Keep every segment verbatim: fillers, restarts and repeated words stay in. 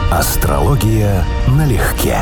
Астрология налегке.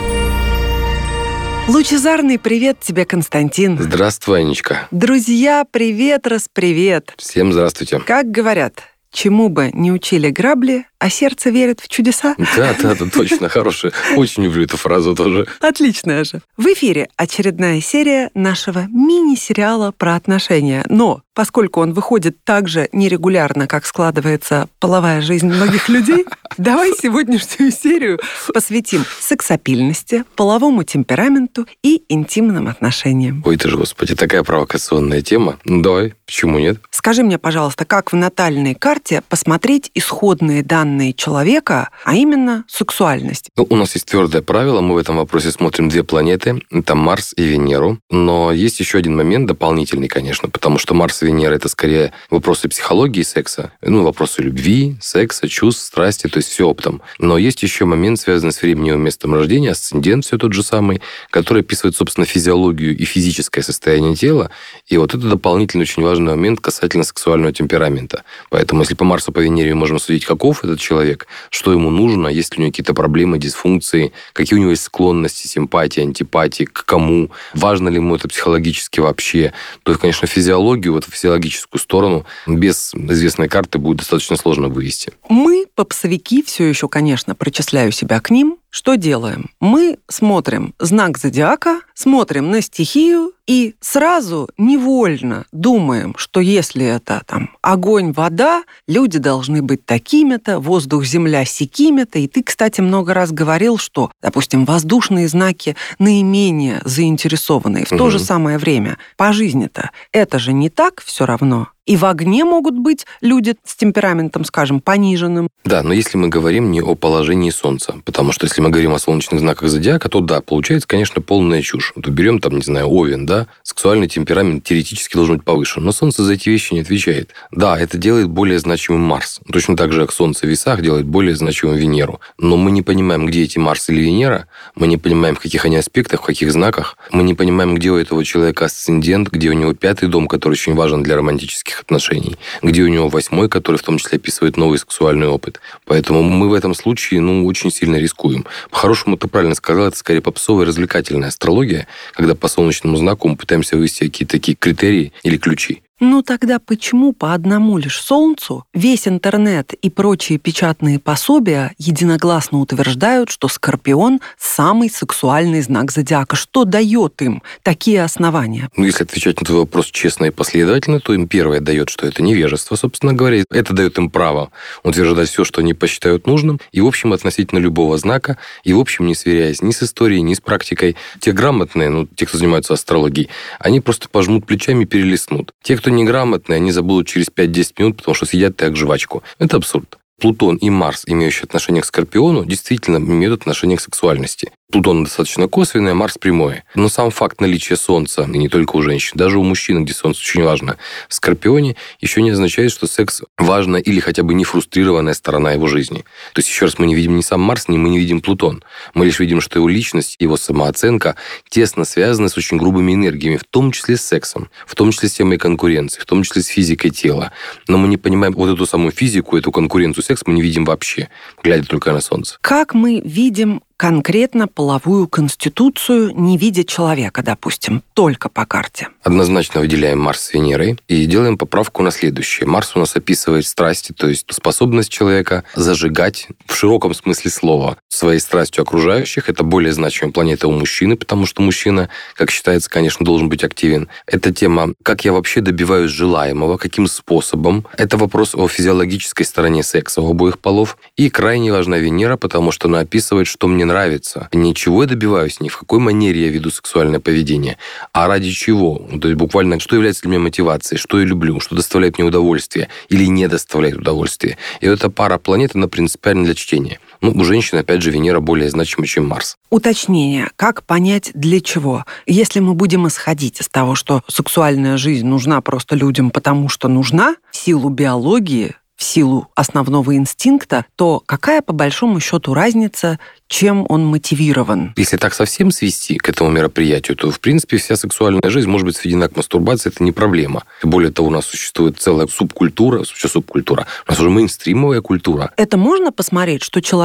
Лучезарный привет тебе, Константин. Здравствуй, Анечка. Друзья, привет, распривет. Всем здравствуйте. Как говорят, чему бы не учили грабли, а сердце верит в чудеса? Да, да, да, точно, хорошая. Очень люблю эту фразу тоже. Отличная же. В эфире очередная серия нашего мини-сериала про отношения. Но поскольку он выходит так же нерегулярно, как складывается половая жизнь многих людей, давай сегодняшнюю серию посвятим сексапильности, половому темпераменту и интимным отношениям. Ой, ты же, господи, такая провокационная тема. Ну, давай, почему нет? Скажи мне, пожалуйста, как в натальной карте посмотреть исходные данные человека, а именно сексуальность? Ну, у нас есть твердое правило, мы в этом вопросе смотрим две планеты, это Марс и Венеру, но есть еще один момент дополнительный, конечно, потому что Марс и Венера — это скорее вопросы психологии секса, ну, вопросы любви, секса, чувств, страсти, то есть все оптом. Но есть еще момент, связанный с временем и местом рождения, асцендент все тот же самый, который описывает, собственно, физиологию и физическое состояние тела, и вот это дополнительный очень важный момент касательно сексуального темперамента. Поэтому, если по Марсу, по Венере можем судить, каков этот человек, что ему нужно, есть ли у него какие-то проблемы, дисфункции, какие у него есть склонности, симпатии, антипатии, к кому, важно ли ему это психологически вообще, то есть, конечно, физиологию, вот физиологическую сторону без известной карты будет достаточно сложно вывести. Мы, попсовики, все еще, конечно, причисляю себя к ним. Что делаем? Мы смотрим знак зодиака, смотрим на стихию и сразу невольно думаем, что если это там огонь, вода, люди должны быть такими-то, воздух, земля сякими-то. И ты, кстати, много раз говорил, что, допустим, воздушные знаки наименее заинтересованные. В угу. то же самое время по жизни-то это же не так все равно. И в огне могут быть люди с темпераментом, скажем, пониженным. Да, но если мы говорим не о положении Солнца, потому что если мы говорим о солнечных знаках зодиака, то да, получается, конечно, полная чушь. Вот берем там, не знаю, Овен, да, сексуальный темперамент теоретически должен быть повышен, но Солнце за эти вещи не отвечает. Да, это делает более значимым Марс. Точно так же, как Солнце в весах делает более значимым Венеру. Но мы не понимаем, где эти Марс или Венера, мы не понимаем, в каких они аспектах, в каких знаках, мы не понимаем, где у этого человека асцендент, где у него пятый дом, который очень важен для романтических отношений, где у него восьмой, который в том числе описывает новый сексуальный опыт. Поэтому мы в этом случае, ну, очень сильно рискуем. По-хорошему, ты правильно сказал, это скорее попсовая развлекательная астрология, когда по солнечному знаку мы пытаемся вывести какие-то такие критерии или ключи. Ну тогда почему по одному лишь Солнцу весь интернет и прочие печатные пособия единогласно утверждают, что Скорпион – самый сексуальный знак зодиака? Что дает им такие основания? Ну, если отвечать на твой вопрос честно и последовательно, то им первое дает, что это невежество, собственно говоря. Это дает им право утверждать все, что они посчитают нужным, и, в общем, относительно любого знака, и, в общем, не сверяясь ни с историей, ни с практикой. Те грамотные, ну, те, кто занимаются астрологией, они просто пожмут плечами и перелистнут. Те, кто неграмотные, они забудут через пять-десять минут, потому что съедят так жвачку. Это абсурд. Плутон и Марс, имеющие отношение к Скорпиону, действительно имеют отношение к сексуальности. Плутон достаточно косвенный, а Марс прямой. Но сам факт наличия Солнца, и не только у женщин, даже у мужчин, где Солнце очень важно, в Скорпионе еще не означает, что секс важна или хотя бы не фрустрированная сторона его жизни. То есть, еще раз, мы не видим ни сам Марс, ни мы не видим Плутон. Мы лишь видим, что его личность, его самооценка тесно связаны с очень грубыми энергиями, в том числе с сексом, в том числе с темой конкуренции, в том числе с физикой тела. Но мы не понимаем вот эту самую физику, эту конкуренцию, секс мы не видим вообще, глядя только на Солнце. Как мы видим конкретно половую конституцию, не видя человека, допустим, только по карте? Однозначно выделяем Марс с Венерой и делаем поправку на следующее. Марс у нас описывает страсти, то есть способность человека зажигать в широком смысле слова своей страстью окружающих. Это более значимая планета у мужчины, потому что мужчина, как считается, конечно, должен быть активен. Это тема, как я вообще добиваюсь желаемого, каким способом. Это вопрос о физиологической стороне секса у обоих полов. И крайне важна Венера, потому что она описывает, что мне нравится. Не чего я добиваюсь, не в какой манере я веду сексуальное поведение, а ради чего. То есть буквально, что является для меня мотивацией, что я люблю, что доставляет мне удовольствие или не доставляет удовольствие. И вот эта пара планет, она принципиальна для чтения. Ну, у женщин, опять же, Венера более значима, чем Марс. Уточнение. Как понять, для чего? Если мы будем исходить из того, что сексуальная жизнь нужна просто людям, потому что нужна, в силу биологии, в силу основного инстинкта, то какая, по большому счету, разница, чем он мотивирован? Если так совсем свести к этому мероприятию, то, в принципе, вся сексуальная жизнь может быть сведена к мастурбации, это не проблема. Более того, у нас существует целая субкультура, что субкультура? У нас уже мейнстримовая культура. Это можно посмотреть, что человек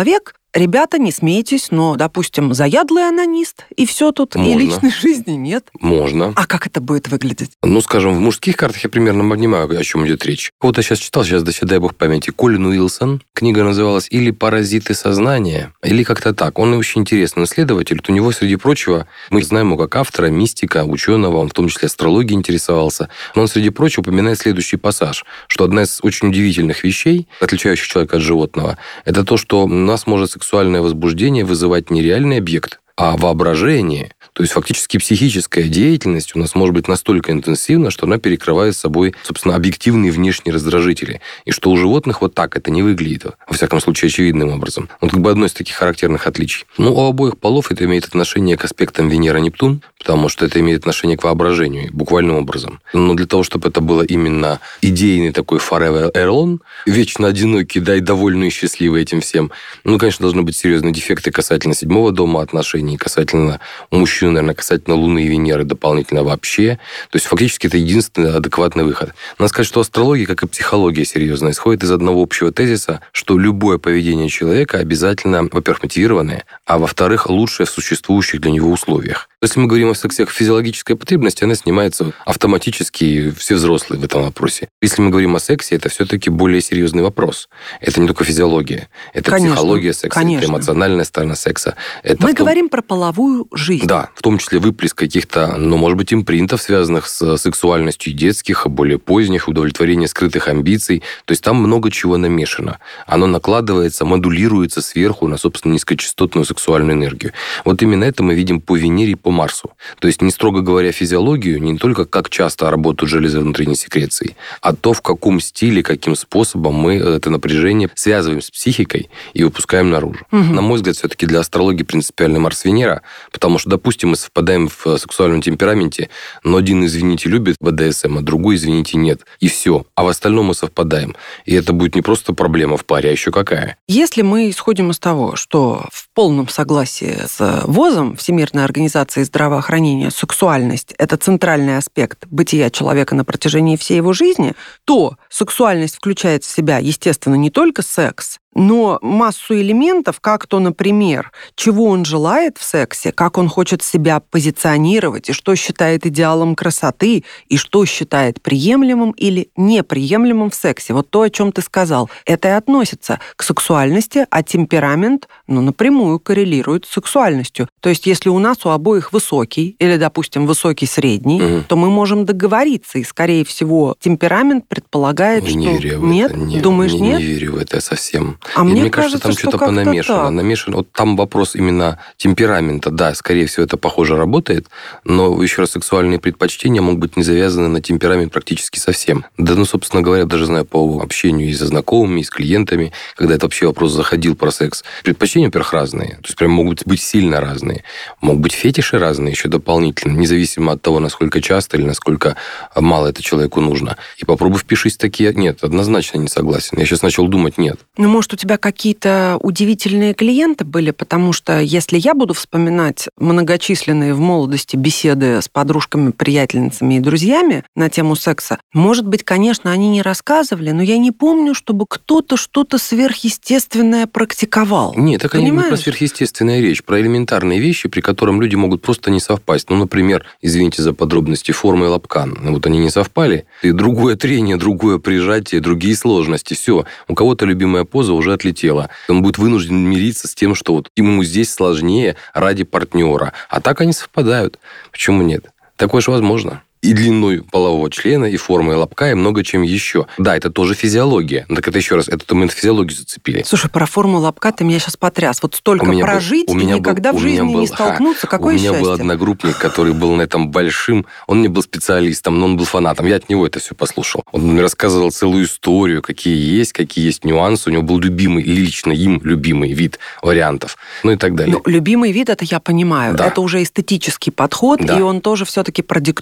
ребята, не смейтесь, но, допустим, заядлый онанист, и все тут, Можно. и личной жизни нет. Можно. А как это будет выглядеть? Ну, скажем, в мужских картах я примерно понимаю, о чем идет речь. Вот я сейчас читал, сейчас, дай бог памяти, Колин Уилсон. Книга называлась «Или паразиты сознания», или как-то так. Он очень интересный исследователь. У него, среди прочего, мы знаем его как автора, мистика, ученого, он в том числе астрологией интересовался. Но он, среди прочего, упоминает следующий пассаж, что одна из очень удивительных вещей, отличающих человека от животного, это то, что у нас может сексуальное возбуждение вызывать не реальный объект, а воображение. То есть фактически психическая деятельность у нас может быть настолько интенсивна, что она перекрывает собой, собственно, объективные внешние раздражители. И что у животных вот так это не выглядит, во всяком случае, очевидным образом. Вот как бы одно из таких характерных отличий. Но у обоих полов это имеет отношение к аспектам Венера-Нептун, потому что это имеет отношение к воображению, буквальным образом. Но для того, чтобы это было именно идейный такой forever alone, вечно одинокий, да, и довольный и счастливый этим всем, ну, конечно, должны быть серьезные дефекты касательно седьмого дома отношений, касательно у мужчин, наверное, касательно Луны и Венеры дополнительно вообще. То есть фактически это единственный адекватный выход. Надо сказать, что астрология, как и психология серьезно, исходит из одного общего тезиса, что любое поведение человека обязательно, во-первых, мотивированное, а во-вторых, лучшее в существующих для него условиях. Если мы говорим о сексе как физиологической потребности, она снимается автоматически, все взрослые в этом вопросе. Если мы говорим о сексе, это все-таки более серьезный вопрос. Это не только физиология, это конечно, психология секса, конечно. Это эмоциональная сторона секса. Это мы том... говорим про половую жизнь. Да, в том числе выплеск каких-то, ну, может быть, импринтов, связанных с сексуальностью детских, более поздних, удовлетворение скрытых амбиций. То есть там много чего намешано. Оно накладывается, модулируется сверху на, собственно, низкочастотную сексуальную энергию. Вот именно это мы видим по Венере и по Марсу. То есть, не строго говоря, физиологию, не только как часто работают железы внутренней секреции, а то, в каком стиле, каким способом мы это напряжение связываем с психикой и выпускаем наружу. Угу. На мой взгляд, все-таки для астрологии принципиально Марс-Венера, потому что, допустим, мы совпадаем в сексуальном темпераменте, но один, извините, любит бэ дэ эс эм, а другой, извините, нет. И все. А в остальном мы совпадаем. И это будет не просто проблема в паре, а еще какая. Если мы исходим из того, что в полном согласии с ВОЗом, Всемирной организацией здравоохранения, сексуальность – это центральный аспект бытия человека на протяжении всей его жизни, то сексуальность включает в себя, естественно, не только секс, но массу элементов, как то, например, чего он желает в сексе, как он хочет себя позиционировать, и что считает идеалом красоты, и что считает приемлемым или неприемлемым в сексе. Вот то, о чем ты сказал, это и относится к сексуальности, а темперамент, ну, напрямую коррелирует с сексуальностью. То есть, если у нас у обоих высокий, или, допустим, высокий-средний, угу. то мы можем договориться, и, скорее всего, темперамент предполагает, не что... Верю в нет? Это. Нет? Думаешь, не, нет? Не верю в это совсем. А и мне, мне кажется, кажется, там что что-то понамешано. так. Намешано. Вот там вопрос именно темперамента. Да, скорее всего, это похоже работает, но, еще раз, сексуальные предпочтения могут быть не завязаны на темперамент практически совсем. Да, ну, собственно говоря, даже знаю по общению и со знакомыми, и с клиентами, когда этот вообще вопрос заходил про секс. Предпочтения, во-первых, разные. То есть, прям могут быть сильно разные. Могут быть фетиши разные еще дополнительно, независимо от того, насколько часто или насколько мало это человеку нужно. И попробуй впишись в такие... Нет, однозначно не согласен. Я сейчас начал думать, нет. Ну, может, у тебя какие-то удивительные клиенты были, потому что если я буду вспоминать многочисленные в молодости беседы с подружками, приятельницами и друзьями на тему секса, может быть, конечно, они не рассказывали, но я не помню, чтобы кто-то что-то сверхъестественное практиковал. Нет, так не про Понимаешь? сверхъестественная речь, про элементарные вещи, при котором люди могут просто не совпасть. Ну, например, извините за подробности, форма и лапкан. Вот они не совпали, и другое трение, другое прижатие, другие сложности. Все, у кого-то любимая поза уже отлетела. Он будет вынужден мириться с тем, что вот ему здесь сложнее ради партнера. А так они совпадают. Почему нет? Такое же возможно. И длиной полового члена, и формой лобка, и много чем еще. Да, это тоже физиология. Так это еще раз, это мы на физиологию зацепили. Слушай, про форму лобка ты меня сейчас потряс. Вот столько прожить был, и никогда был, в жизни был, не столкнуться. ха, Какое счастье. У меня был одногруппник, который был на этом большим. Он не был специалистом, но он был фанатом. Я от него это все послушал. Он мне рассказывал целую историю, какие есть, какие есть нюансы. У него был любимый, лично им любимый вид вариантов. Ну и так далее. Ну, любимый вид, это я понимаю. Да. Это уже эстетический подход, да. и он тоже все-таки продиктован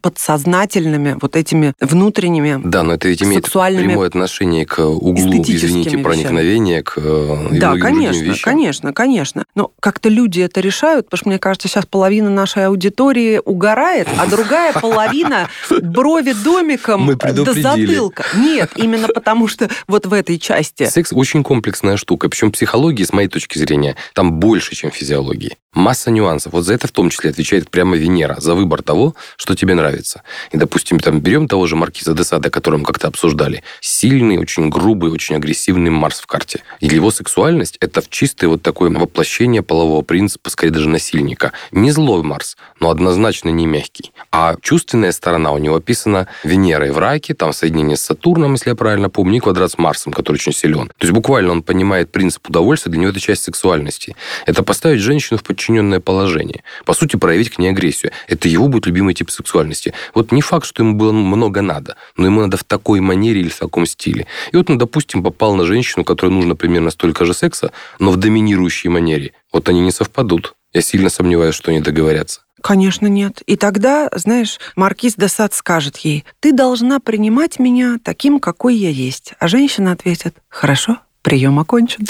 подсознательными вот этими внутренними Да, но это ведь имеет прямое отношение к углу, извините, проникновения, к Да, конечно, конечно, конечно. Но как-то люди это решают, потому что, мне кажется, сейчас половина нашей аудитории угорает, а другая половина брови домиком до затылка. Нет, именно потому что вот в этой части. Секс очень комплексная штука, причем психологии, с моей точки зрения, там больше, чем физиологии. Масса нюансов. Вот за это в том числе отвечает прямо Венера, за выбор того, что тебе нравится. И, допустим, там берем того же маркиза де Сада, который мы как-то обсуждали. Сильный, очень грубый, очень агрессивный Марс в карте. И его сексуальность – это в чистое вот такое воплощение полового принципа, скорее даже насильника. Не злой Марс, но однозначно не мягкий. А чувственная сторона у него описана Венерой в раке, там соединение с Сатурном, если я правильно помню, и квадрат с Марсом, который очень силен. То есть буквально он понимает принцип удовольствия, для него это часть сексуальности. Это поставить женщину в подчиненное положение. По сути, проявить к ней агрессию. Это его будет любимый тип сексуальности. Вот не факт, что ему было много надо, но ему надо в такой манере или в таком стиле. И вот он, допустим, попал на женщину, которой нужно примерно столько же секса, но в доминирующей манере. Вот они не совпадут. Я сильно сомневаюсь, что они договорятся. Конечно, нет. И тогда, знаешь, маркиз де Сад скажет ей: «Ты должна принимать меня таким, какой я есть». А женщина ответит: «Хорошо, прием окончен».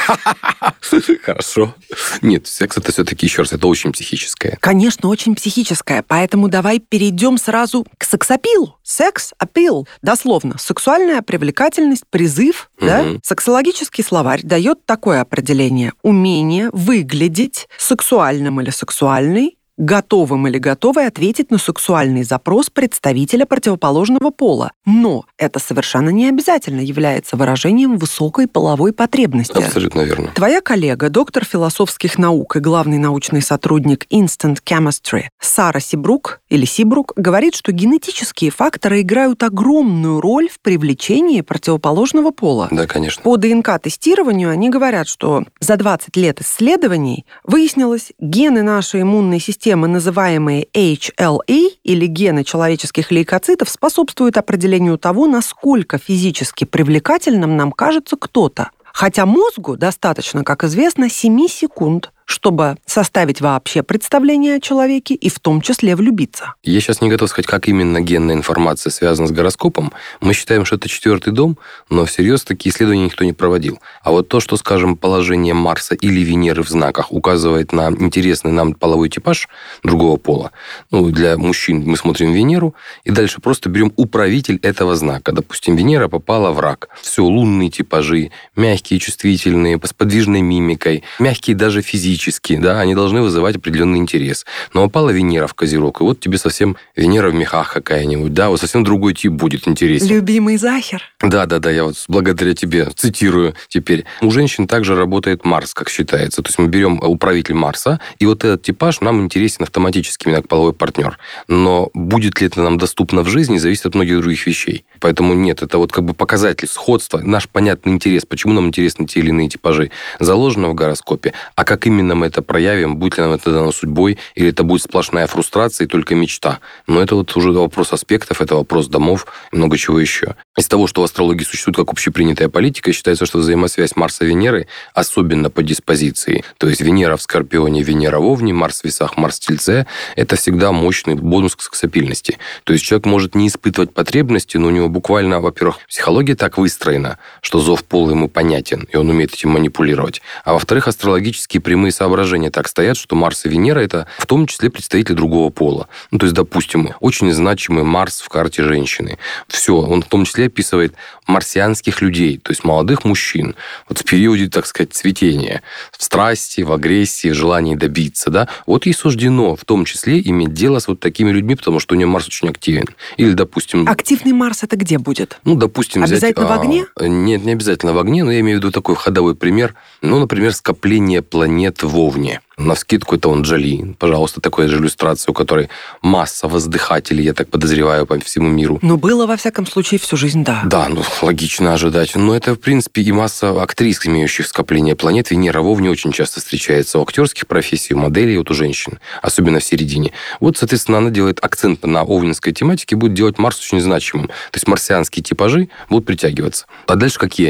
Хорошо. Нет, секс это все-таки, еще раз, это очень психическое. Конечно, очень психическое. Поэтому давай перейдем сразу к секс-апилу. Секс-апил. Дословно. Сексуальная привлекательность, призыв. Угу. Да? Сексологический словарь дает такое определение. Умение выглядеть сексуальным или сексуальной, готовым или готовой ответить на сексуальный запрос представителя противоположного пола. Но это совершенно не обязательно является выражением высокой половой потребности. Абсолютно верно. Твоя коллега, доктор философских наук и главный научный сотрудник Instant Chemistry Сара Сибрук, или Сибрук, говорит, что генетические факторы играют огромную роль в привлечении противоположного пола. Да, конечно. По ДНК-тестированию они говорят, что за двадцать лет исследований выяснилось, гены нашей иммунной системы, Системы, называемые эйч эл эй, или гены человеческих лейкоцитов, способствуют определению того, насколько физически привлекательным нам кажется кто-то. Хотя мозгу достаточно, как известно, семь секунд, чтобы составить вообще представление о человеке и в том числе влюбиться. Я сейчас не готов сказать, как именно генная информация связана с гороскопом. Мы считаем, что это четвертый дом, но всерьез такие исследования никто не проводил. А вот то, что, скажем, положение Марса или Венеры в знаках указывает на интересный нам половой типаж другого пола. Ну, для мужчин мы смотрим Венеру, и дальше просто берем управитель этого знака. Допустим, Венера попала в рак. Все, лунные типажи, мягкие, чувствительные, с подвижной мимикой, мягкие даже физически. Да, они должны вызывать определенный интерес. Но попала Венера в Козерог, и вот тебе совсем Венера в мехах какая-нибудь, да, вот совсем другой тип будет интересен. Любимый Захер. Да-да-да, я вот благодаря тебе цитирую теперь. У женщин также работает Марс, как считается. То есть мы берем управитель Марса, и вот этот типаж нам интересен автоматически, именно как половой партнер. Но будет ли это нам доступно в жизни, зависит от многих других вещей. Поэтому нет, это вот как бы показатель сходства, наш понятный интерес, почему нам интересны те или иные типажи, заложено в гороскопе. А как именно мы это проявим, будет ли нам это дано судьбой, или это будет сплошная фрустрация и только мечта. Но это вот уже вопрос аспектов, это вопрос домов и много чего еще. Из того, что в астрологии существует как общепринятая политика, считается, что взаимосвязь Марса и Венеры, особенно по диспозиции, то есть Венера в Скорпионе, Венера в Овне, Марс в Весах, Марс в Тельце, это всегда мощный бонус к сексапильности. То есть человек может не испытывать потребности, но у него буквально, во-первых, психология так выстроена, что зов пола ему понятен, и он умеет этим манипулировать. А во-вторых, астрологические прямые соображения так стоят, что Марс и Венера – это в том числе представители другого пола. Ну, то есть, допустим, очень значимый Марс в карте женщины. Все, он в том числе описывает марсианских людей, то есть молодых мужчин, вот в периоде, так сказать, цветения, в страсти, в агрессии, в желании добиться, да. Вот ей суждено в том числе иметь дело с вот такими людьми, потому что у нее Марс очень активен. Или, допустим... Активный Марс это где будет? Ну, допустим, обязательно взять, в огне? А, нет, не обязательно в огне, но я имею в виду такой ходовой пример. Ну, например, скопление планет в Овне. Навскидку это он Джоли. Пожалуйста, такая же иллюстрация, у которой масса воздыхателей, я так подозреваю, по всему миру. Ну, было, во всяком случае, всю жизнь, да. Да, ну, логично ожидать. Но это, в принципе, и масса актрис, имеющих скопление планет. Венера в Овне очень часто встречается у актерских профессий, у моделей, вот у женщин, особенно в середине. Вот, соответственно, она делает акцент на овнинской тематике, будет делать Марс очень значимым. То есть марсианские типажи будут притягиваться. А дальше какие они?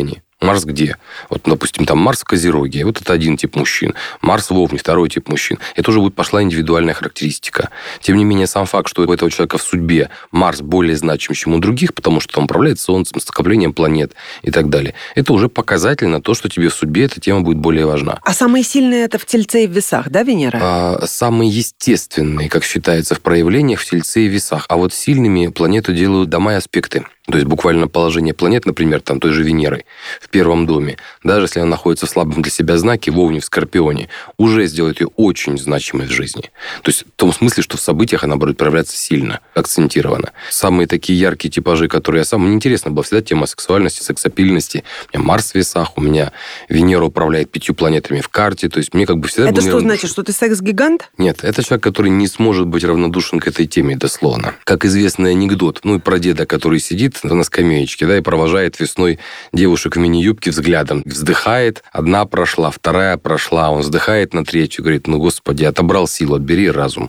Марс где? Вот, допустим, там Марс в Козероге, вот это один тип мужчин. Марс в Овне, второй тип мужчин. Это уже будет пошла индивидуальная характеристика. Тем не менее, сам факт, что у этого человека в судьбе Марс более значим, чем у других, потому что он управляет Солнцем, скоплением планет и так далее, это уже показатель на то, что тебе в судьбе эта тема будет более важна. А самые сильные это в Тельце и в Весах, да, Венера? А, самые естественные, как считается, в проявлениях в Тельце и Весах. А вот сильными планету делают дома и аспекты. То есть буквально положение планет, например, там той же Венеры в первом доме, даже если она находится в слабом для себя знаке, в Овне, в Скорпионе, уже сделает ее очень значимой в жизни. То есть в том смысле, что в событиях она будет проявляться сильно, акцентированно. Самые такие яркие типажи, которые я сам... Мне интересна была всегда тема сексуальности, сексапильности. У меня Марс в Весах, у меня Венера управляет пятью планетами в карте. То есть мне как бы всегда... Это что значит, что ты секс-гигант? Нет, это человек, который не сможет быть равнодушен к этой теме, дословно. Как известный анекдот, ну и про деда, который сидит на скамеечке, да, и провожает весной девушек в мини-юбке взглядом. Вздыхает, одна прошла, вторая прошла, он вздыхает на третью, говорит, ну, господи, отобрал силу, отбери разум.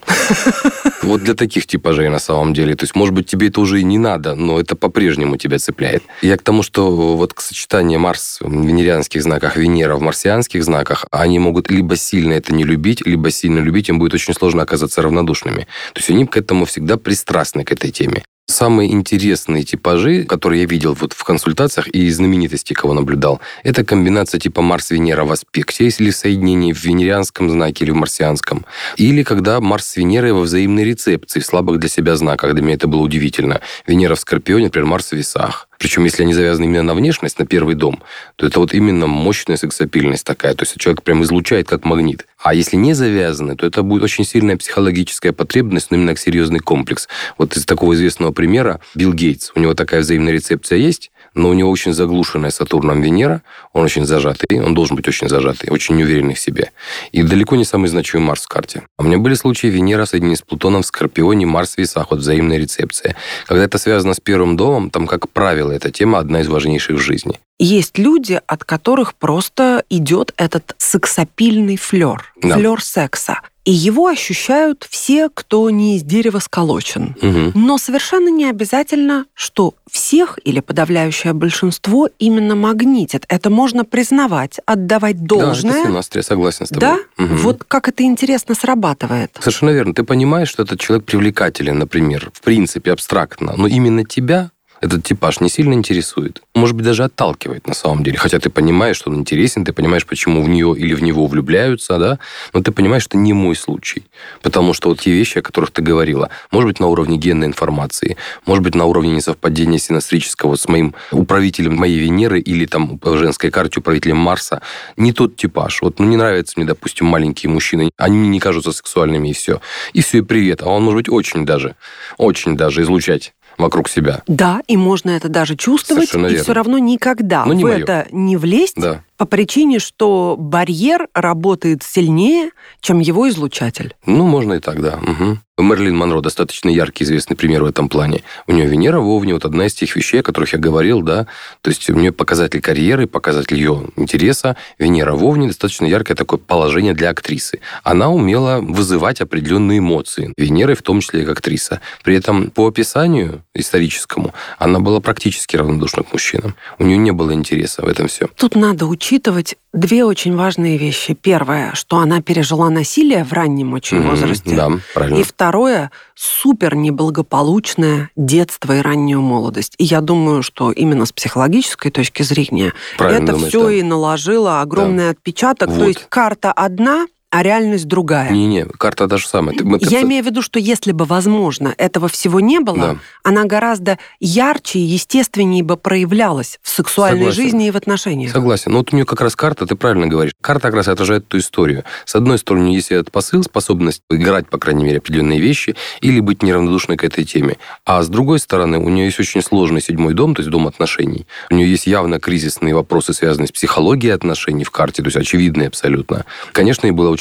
Вот для таких типажей на самом деле. То есть, может быть, тебе это уже и не надо, но это по-прежнему тебя цепляет. Я к тому, что вот к сочетанию Марс в венерианских знаках, Венера в марсианских знаках, они могут либо сильно это не любить, либо сильно любить, им будет очень сложно оказаться равнодушными. То есть, они к этому всегда пристрастны, к этой теме. Самые интересные типажи, которые я видел вот в консультациях и знаменитостей, кого наблюдал, это комбинация типа Марс-Венера в аспекте, или в соединении в венерианском знаке или в марсианском. Или когда Марс с Венерой во взаимной рецепции, в слабых для себя знаках. Для меня это было удивительно. Венера в Скорпионе, например, Марс в Весах. Причем, если они завязаны именно на внешность, на первый дом, то это вот именно мощная сексапильность такая. То есть человек прям излучает как магнит. А если не завязаны, то это будет очень сильная психологическая потребность, но именно как серьезный комплекс. Вот из такого известного примера Билл Гейтс. У него такая взаимная рецепция есть, но у него очень заглушенная Сатурном Венера, он очень зажатый, он должен быть очень зажатый, очень неуверенный в себе. И далеко не самый значимый Марс в карте. А у меня были случаи Венера соединения с Плутоном в Скорпионе, Марс в Весах, вот взаимная рецепция. Когда это связано с первым домом, там, как правило, эта тема одна из важнейших в жизни. Есть люди, от которых просто идет этот сексапильный флер, да. флер секса. И его ощущают все, кто не из дерева сколочен. Угу. Но совершенно не обязательно, что всех или подавляющее большинство именно магнитит. Это можно признавать, отдавать должное. Да, это синастрия, согласен с тобой. Да? Угу. Вот как это интересно срабатывает. Совершенно верно. Ты понимаешь, что этот человек привлекателен, например, в принципе, абстрактно, но именно тебя этот типаж не сильно интересует. Может быть, даже отталкивает на самом деле. Хотя ты понимаешь, что он интересен, ты понимаешь, почему в нее или в него влюбляются, да? Но ты понимаешь, что не мой случай. Потому что вот те вещи, о которых ты говорила, может быть, на уровне генной информации, может быть, на уровне несовпадения синастрического с моим управителем моей Венеры или там по женской карте управителем Марса, не тот типаж. Вот ну, не нравятся мне, допустим, маленькие мужчины, они мне не кажутся сексуальными, и все. И все, и привет. А он может быть очень даже, очень даже излучать вокруг себя. Да, и можно это даже чувствовать, Совершенно и верно. все равно никогда Но не в моё. это не влезть, Да. по причине, что барьер работает сильнее, чем его излучатель. Ну, можно и так, да. Угу. Мэрилин Монро достаточно яркий, известный пример в этом плане. У нее Венера в Овне, вот одна из тех вещей, о которых я говорил, да, то есть у нее показатель карьеры, показатель ее интереса. Венера в Овне достаточно яркое такое положение для актрисы. Она умела вызывать определенные эмоции. Венера в том числе и как актриса. При этом по описанию историческому она была практически равнодушна к мужчинам. У нее не было интереса в этом все. Тут надо учитывать две очень важные вещи. Первое, что она пережила насилие в раннем очень Mm-hmm. возрасте. Да, правильно. И второе, супер неблагополучное детство и раннюю молодость. И я думаю, что именно с психологической точки зрения Правильно это думаешь, все да. и наложило огромный Да. отпечаток. Вот. То есть карта одна, а реальность другая. Не-не, карта та же самая. Мы Я как-то- имею в виду, что если бы, возможно, этого всего не было, Да. она гораздо ярче и естественнее бы проявлялась в сексуальной Согласен. жизни и в отношениях. Согласен. Но вот у нее как раз карта, ты правильно говоришь, карта как раз отражает ту историю. С одной стороны, у нее есть этот посыл, способность играть, по крайней мере, определенные вещи или быть неравнодушной к этой теме. А с другой стороны, у нее есть очень сложный седьмой дом, то есть дом отношений. У нее есть явно кризисные вопросы, связанные с психологией отношений в карте, то есть очевидные абсолютно. Конечно, ей было очень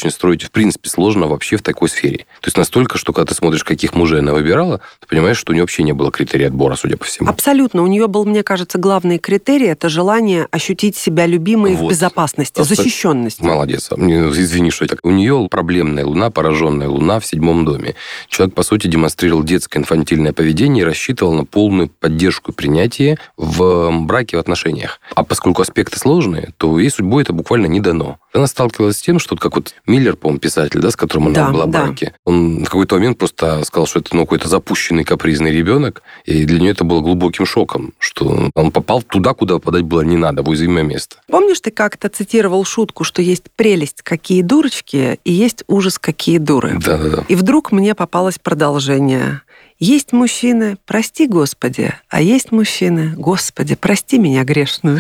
очень строить, в принципе, сложно вообще в такой сфере. То есть настолько, что когда ты смотришь, каких мужей она выбирала, ты понимаешь, что у нее вообще не было критерия отбора, судя по всему. Абсолютно. У нее был, мне кажется, главный критерий – это желание ощутить себя любимой вот. В безопасности, Абсолютно. Защищенности. Молодец. Извини, что это. У нее проблемная луна, пораженная луна в седьмом доме. Человек, по сути, демонстрировал детское инфантильное поведение и рассчитывал на полную поддержку и принятие в браке, в отношениях. А поскольку аспекты сложные, то ей судьбой это буквально не дано. Она сталкивалась с тем, что как вот Миллер, по-моему, писатель, да, с которым она да, была в да. браке, он в какой-то момент просто сказал, что это ну, какой-то запущенный капризный ребенок, и для нее это было глубоким шоком, что он попал туда, куда попадать было не надо, в уязвимое место. Помнишь, ты как-то цитировал шутку, что есть прелесть, какие дурочки, и есть ужас, какие дуры. Да-да-да. И вдруг мне попалось продолжение. Есть мужчины, прости, Господи, а есть мужчины, Господи, прости меня грешную.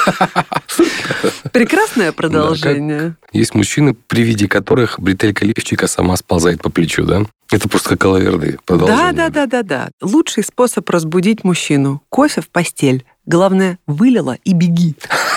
Прекрасное продолжение. Есть мужчины, при виде которых бретелька лифчика сама сползает по плечу, да? Это просто как коловерды. Да, да, да, да, да. Лучший способ разбудить мужчину. Кофе в постель. Главное, вылила и беги.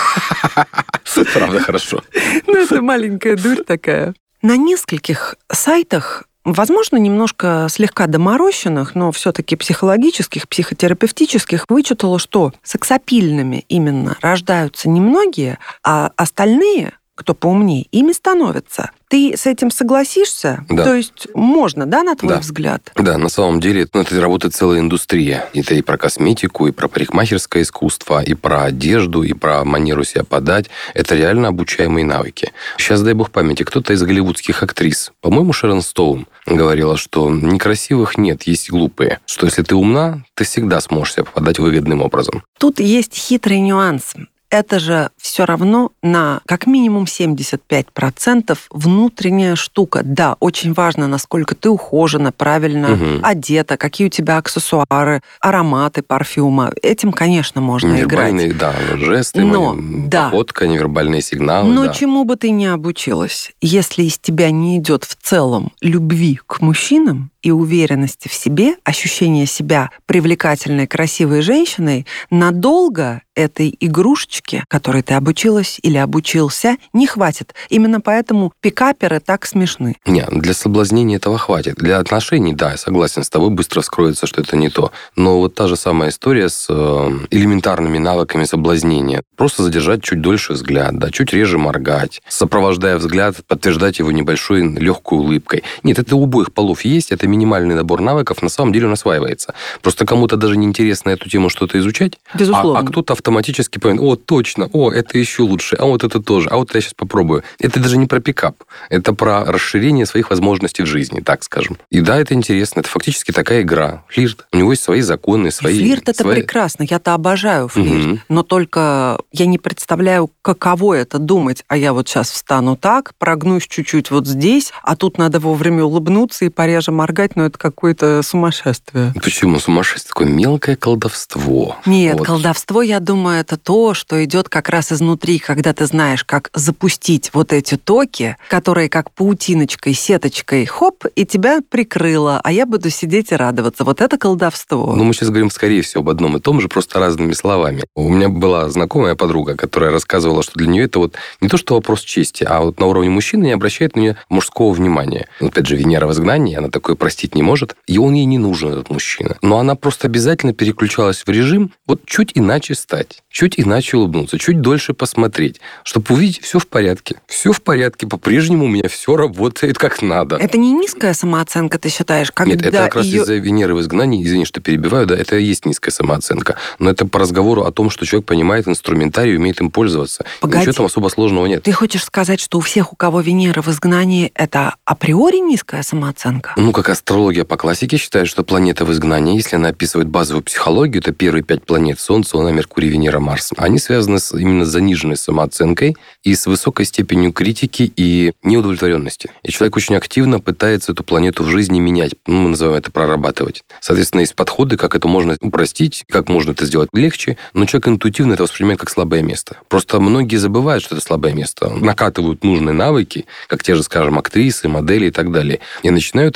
Правда, хорошо. Ну, это маленькая дурь такая. На нескольких сайтах, возможно, немножко слегка доморощенных, но все-таки психологических, психотерапевтических, вычитала, что сексапильными именно рождаются немногие, а остальные, кто поумнее, ими становятся. Ты с этим согласишься? Да. То есть можно, да, на твой да. взгляд? Да, на самом деле ну, это работает целая индустрия. Это и про косметику, и про парикмахерское искусство, и про одежду, и про манеру себя подать. Это реально обучаемые навыки. Сейчас, дай бог памяти, кто-то из голливудских актрис, по-моему, Шерон Стоун, говорила, что некрасивых нет, есть глупые. Что если ты умна, ты всегда сможешь себя попадать выгодным образом. Тут есть хитрый нюанс. Это же все равно на как минимум семьдесят пять процентов внутренняя штука. Да, очень важно, насколько ты ухожена, правильно угу. одета, какие у тебя аксессуары, ароматы парфюма. Этим, конечно, можно невербальные, играть. Да, жесты, Но, да. походка, невербальные сигналы. Но да. чему бы ты ни обучилась, если из тебя не идет в целом любви к мужчинам и уверенности в себе, ощущение себя привлекательной, красивой женщиной, надолго этой игрушечки, которой ты обучилась или обучился, не хватит. Именно поэтому пикаперы так смешны. Нет, для соблазнения этого хватит. Для отношений, да, я согласен с тобой, быстро вскроется, что это не то. Но вот та же самая история с элементарными навыками соблазнения. Просто задержать чуть дольше взгляд, да, чуть реже моргать, сопровождая взгляд, подтверждать его небольшой легкой улыбкой. Нет, это у обоих полов есть, это минимальный набор навыков, на самом деле он осваивается. Просто кому-то даже неинтересно эту тему что-то изучать, безусловно. А, а кто-то автоматически понимает, о, точно, о, это еще лучше, а вот это тоже, а вот я сейчас попробую. Это даже не про пикап, это про расширение своих возможностей в жизни, так скажем. И да, это интересно, это фактически такая игра. Флирт. У него есть свои законы, свои... И флирт — это свои... прекрасно, я-то обожаю флирт, угу. но только я не представляю, каково это думать, а я вот сейчас встану так, прогнусь чуть-чуть вот здесь, а тут надо вовремя улыбнуться и пореже моргать, но это какое-то сумасшествие. Почему сумасшествие? Такое мелкое колдовство. Нет, вот. Колдовство, я думаю, это то, что идет как раз изнутри, когда ты знаешь, как запустить вот эти токи, которые как паутиночкой, сеточкой, хоп, и тебя прикрыло, а я буду сидеть и радоваться. Вот это колдовство. Ну, мы сейчас говорим, скорее всего, об одном и том же, просто разными словами. У меня была знакомая подруга, которая рассказывала, что для нее это вот не то, что вопрос чести, а вот на уровне мужчины не обращает на нее мужского внимания. Опять же, Венера в изгнании, она такое простить не может, и он ей не нужен, этот мужчина. Но она просто обязательно переключалась в режим вот чуть иначе стать, чуть иначе улыбнуться, чуть дольше посмотреть, чтобы увидеть, все в порядке. Все в порядке, по-прежнему у меня все работает как надо. Это не низкая самооценка, ты считаешь? Когда Нет, это как раз ее... из-за Венеры в изгнании, извини, что перебиваю, да, это и есть низкая самооценка. Но это по разговору о том, что человек понимает инструментарий и умеет им пользоваться. Погоди. Ничего там особо сложного нет. Ты хочешь сказать, что у всех, у кого Венера в изгнании, это априори низкая самооценка? Ну, как астрология по классике считает, что планета в изгнании, если она описывает базовую психологию, это первые пять планет: Солнце, Луна, Меркурий, Венера, Марс. Они связаны с, именно с заниженной самооценкой и с высокой степенью критики и неудовлетворенности. И человек очень активно пытается эту планету в жизни менять. Ну, мы называем это прорабатывать. Соответственно, есть подходы, как это можно упростить, как можно это сделать легче, но человек интуитивно это воспринимает как слабое место. Просто многие забывают, что это слабое место. Накатывают нужные навыки, как те же, скажем, актрисы, модели и так далее. И начинают этим брать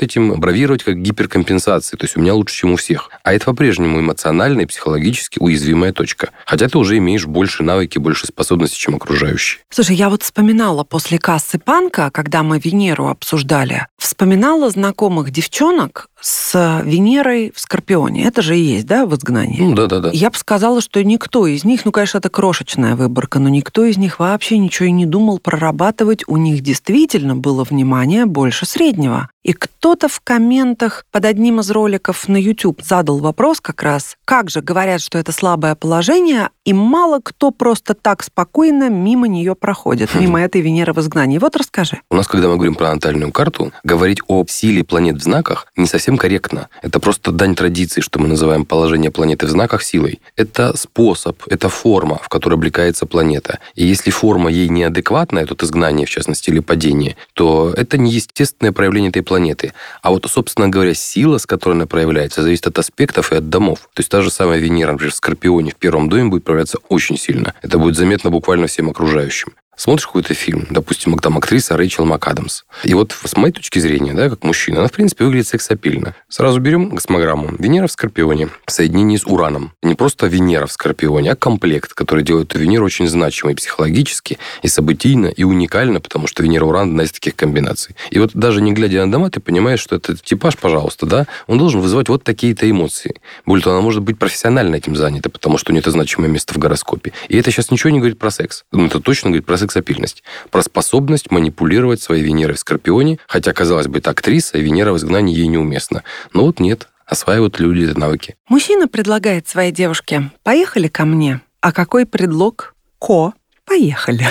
бравировать как гиперкомпенсации, то есть у меня лучше, чем у всех. А это по-прежнему эмоционально и психологически уязвимая точка. Хотя ты уже имеешь больше навыки, больше способностей, чем окружающие. Слушай, я вот вспоминала после кассы Панка, когда мы Венеру обсуждали, вспоминала знакомых девчонок с Венерой в Скорпионе. Это же и есть, да, в изгнании? Ну, да-да-да. Я бы сказала, что никто из них, ну, конечно, это крошечная выборка, но никто из них вообще ничего и не думал прорабатывать. У них действительно было внимание больше среднего. И кто-то в комментах под одним из роликов на YouTube задал вопрос как раз, как же говорят, что это слабое положение, и мало кто просто так спокойно мимо нее проходит, мимо этой Венеры в изгнании. Вот расскажи. У нас, когда мы говорим про натальную карту, говорить о силе планет в знаках не совсем корректно. Это просто дань традиции, что мы называем положение планеты в знаках силой. Это способ, это форма, в которой облекается планета. И если форма ей неадекватная, тут изгнание, в частности, или падение, то это неестественное проявление этой планеты. А вот, собственно говоря, сила, с которой она проявляется, зависит от аспектов и от домов. То есть та же самая Венера, например, в Скорпионе в первом доме будет проявляться очень сильно. Это будет заметно буквально всем окружающим. Смотришь какой-то фильм, допустим, там актриса Рэйчел МакАдамс. И вот с моей точки зрения, да, как мужчина, она, в принципе, выглядит сексапильно. Сразу берем космограмму. Венера в Скорпионе в соединении с Ураном. Не просто Венера в Скорпионе, а комплект, который делает эту Венеру очень значимой психологически, и событийно, и уникально, потому что Венера-Уран одна из таких комбинаций. И вот даже не глядя на дома, ты понимаешь, что этот типаж, пожалуйста, да, он должен вызывать вот такие-то эмоции. Более того, она может быть профессионально этим занята, потому что у нее это значимое место в гороскопе. И это сейчас ничего не говорит про секс. Ну, это точно говорит про секс. Сексапильность, про способность манипулировать своей Венерой в Скорпионе, хотя, казалось бы, это актриса, и Венера в изгнании ей неуместна. Но вот нет, осваивают люди эти навыки. Мужчина предлагает своей девушке: поехали ко мне. А какой предлог? Ко. Поехали.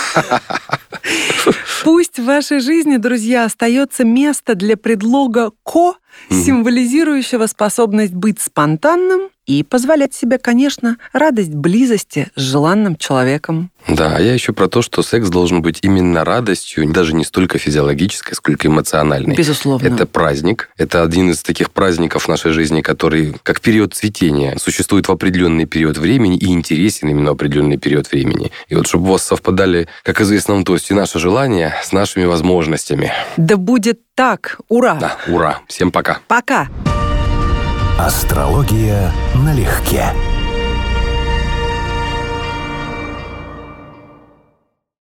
Пусть в вашей жизни, друзья, остается место для предлога «ко», символизирующего способность быть спонтанным и позволять себе, конечно, радость близости с желанным человеком. Да, а я еще про то, что секс должен быть именно радостью, даже не столько физиологической, сколько эмоциональной. Безусловно. Это праздник. Это один из таких праздников в нашей жизни, который, как период цветения, существует в определенный период времени и интересен именно в определенный период времени. И вот чтобы у вас совпадали, как известно нам, то есть и наши желания с нашими возможностями. Да будет так! Ура! Да, ура! Всем пока! Пока! Астрология налегке.